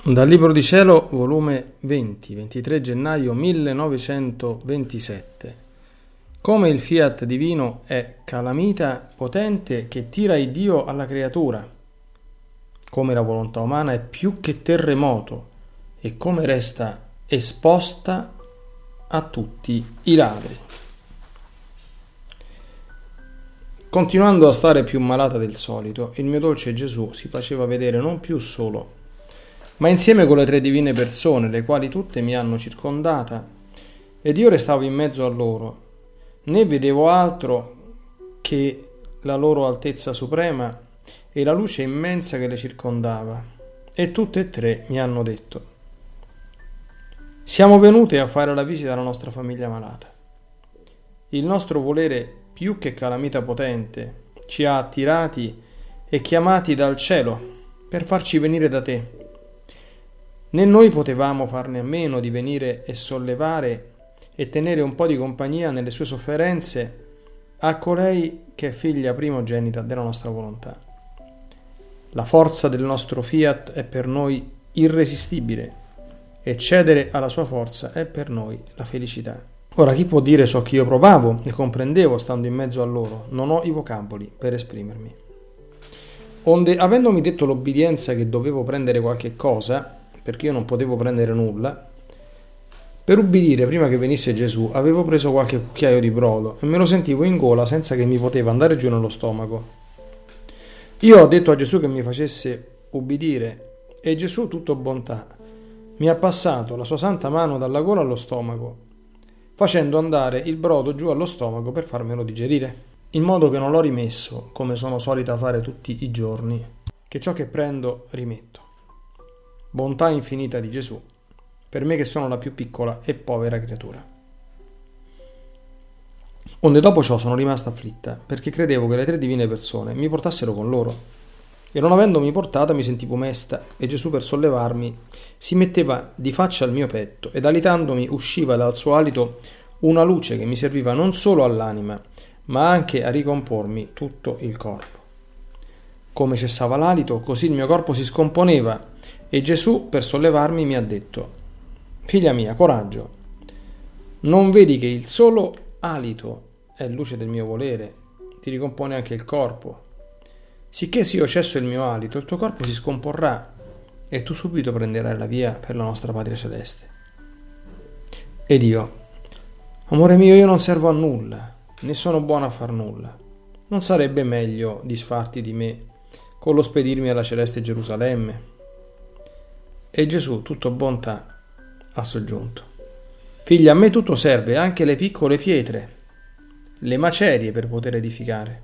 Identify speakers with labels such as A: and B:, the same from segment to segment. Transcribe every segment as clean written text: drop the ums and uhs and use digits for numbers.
A: Dal Libro di Cielo, volume 20, 23 gennaio 1927. Come il fiat divino è calamita potente che tira il Dio alla creatura, come la volontà umana è più che terremoto e come resta esposta a tutti i ladri. Continuando a stare più malata del solito, il mio dolce Gesù si faceva vedere non più solo, ma insieme con le tre divine persone, le quali tutte mi hanno circondata, ed io restavo in mezzo a loro, né vedevo altro che la loro altezza suprema e la luce immensa che le circondava, e tutte e tre mi hanno detto: siamo venute a fare la visita alla nostra famiglia malata. Il nostro volere, più che calamita potente, ci ha attirati e chiamati dal cielo per farci venire da te. Né noi potevamo farne a meno di venire e sollevare e tenere un po' di compagnia nelle sue sofferenze a colei che è figlia primogenita della nostra volontà. La forza del nostro fiat è per noi irresistibile e cedere alla sua forza è per noi la felicità. Ora, chi può dire ciò che io provavo e comprendevo stando in mezzo a loro? Non ho i vocaboli per esprimermi. Onde, avendomi detto l'obbedienza che dovevo prendere qualche cosa, perché io non potevo prendere nulla, per ubbidire prima che venisse Gesù avevo preso qualche cucchiaio di brodo e me lo sentivo in gola senza che mi poteva andare giù nello stomaco. Io ho detto a Gesù che mi facesse ubbidire e Gesù, tutto bontà, mi ha passato la sua santa mano dalla gola allo stomaco, facendo andare il brodo giù allo stomaco per farmelo digerire, in modo che non l'ho rimesso, come sono solita fare tutti i giorni, che ciò che prendo rimetto. Bontà infinita di Gesù, per me che sono la più piccola e povera creatura. Onde dopo ciò sono rimasta afflitta, perché credevo che le tre divine persone mi portassero con loro, e non avendomi portata mi sentivo mesta, e Gesù per sollevarmi si metteva di faccia al mio petto, ed alitandomi usciva dal suo alito una luce che mi serviva non solo all'anima, ma anche a ricompormi tutto il corpo. Come cessava l'alito, così il mio corpo si scomponeva, e Gesù, per sollevarmi, mi ha detto: figlia mia, coraggio, non vedi che il solo alito è luce del mio volere, ti ricompone anche il corpo. Sicché se io cesso il mio alito, il tuo corpo si scomporrà, e tu subito prenderai la via per la nostra patria celeste. Ed io: amore mio, io non servo a nulla, né sono buono a far nulla. Non sarebbe meglio disfarti di me con lo spedirmi alla celeste Gerusalemme? E Gesù, tutto bontà, ha soggiunto: figlia, a me tutto serve, anche le piccole pietre, le macerie per poter edificare.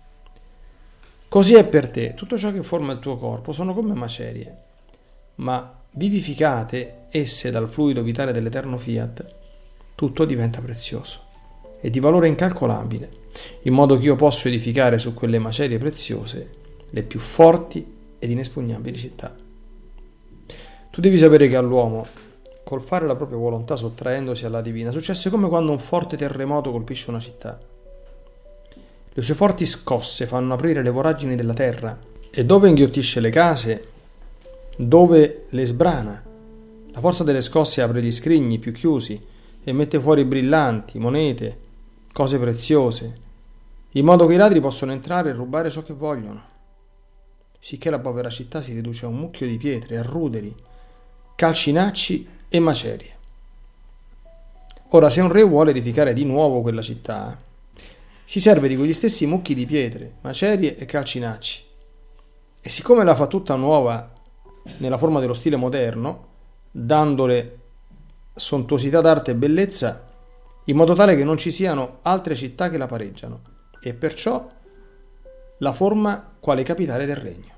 A: Così è per te, tutto ciò che forma il tuo corpo sono come macerie, ma vivificate esse dal fluido vitale dell'eterno fiat, tutto diventa prezioso e di valore incalcolabile, in modo che io posso edificare su quelle macerie preziose le più forti ed inespugnabili città. Tu devi sapere che all'uomo, col fare la propria volontà sottraendosi alla divina, successe come quando un forte terremoto colpisce una città. Le sue forti scosse fanno aprire le voragini della terra, e dove inghiottisce le case, dove le sbrana, la forza delle scosse apre gli scrigni più chiusi e mette fuori brillanti, monete, cose preziose, in modo che i ladri possono entrare e rubare ciò che vogliono. Sicché la povera città si riduce a un mucchio di pietre, a ruderi, calcinacci e macerie. Ora, se un re vuole edificare di nuovo quella città, si serve di quegli stessi mucchi di pietre, macerie e calcinacci, e siccome la fa tutta nuova nella forma dello stile moderno, dandole sontuosità d'arte e bellezza, in modo tale che non ci siano altre città che la pareggiano, e perciò la forma quale capitale del regno.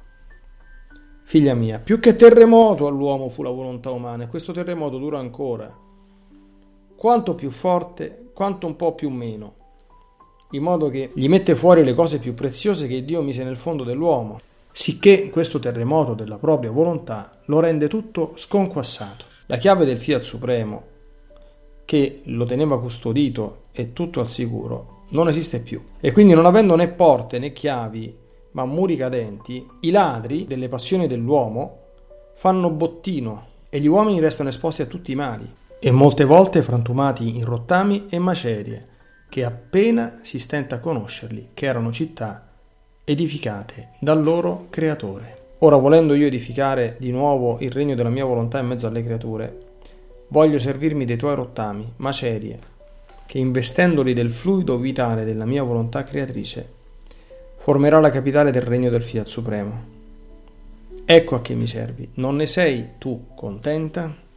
A: Figlia mia, più che terremoto all'uomo fu la volontà umana, e questo terremoto dura ancora, quanto più forte, quanto un po' più meno, in modo che gli mette fuori le cose più preziose che Dio mise nel fondo dell'uomo, sicché questo terremoto della propria volontà lo rende tutto sconquassato. La chiave del fiat supremo, che lo teneva custodito e tutto al sicuro, non esiste più, e quindi, non avendo né porte né chiavi ma muri cadenti, i ladri delle passioni dell'uomo fanno bottino e gli uomini restano esposti a tutti i mali, e molte volte frantumati in rottami e macerie, che appena si stenta a conoscerli, che erano città edificate dal loro creatore. Ora, volendo io edificare di nuovo il regno della mia volontà in mezzo alle creature, voglio servirmi dei tuoi rottami, macerie, che investendoli del fluido vitale della mia volontà creatrice, formerà la capitale del regno del Fiat Supremo. Ecco a che mi servi. Non ne sei tu contenta?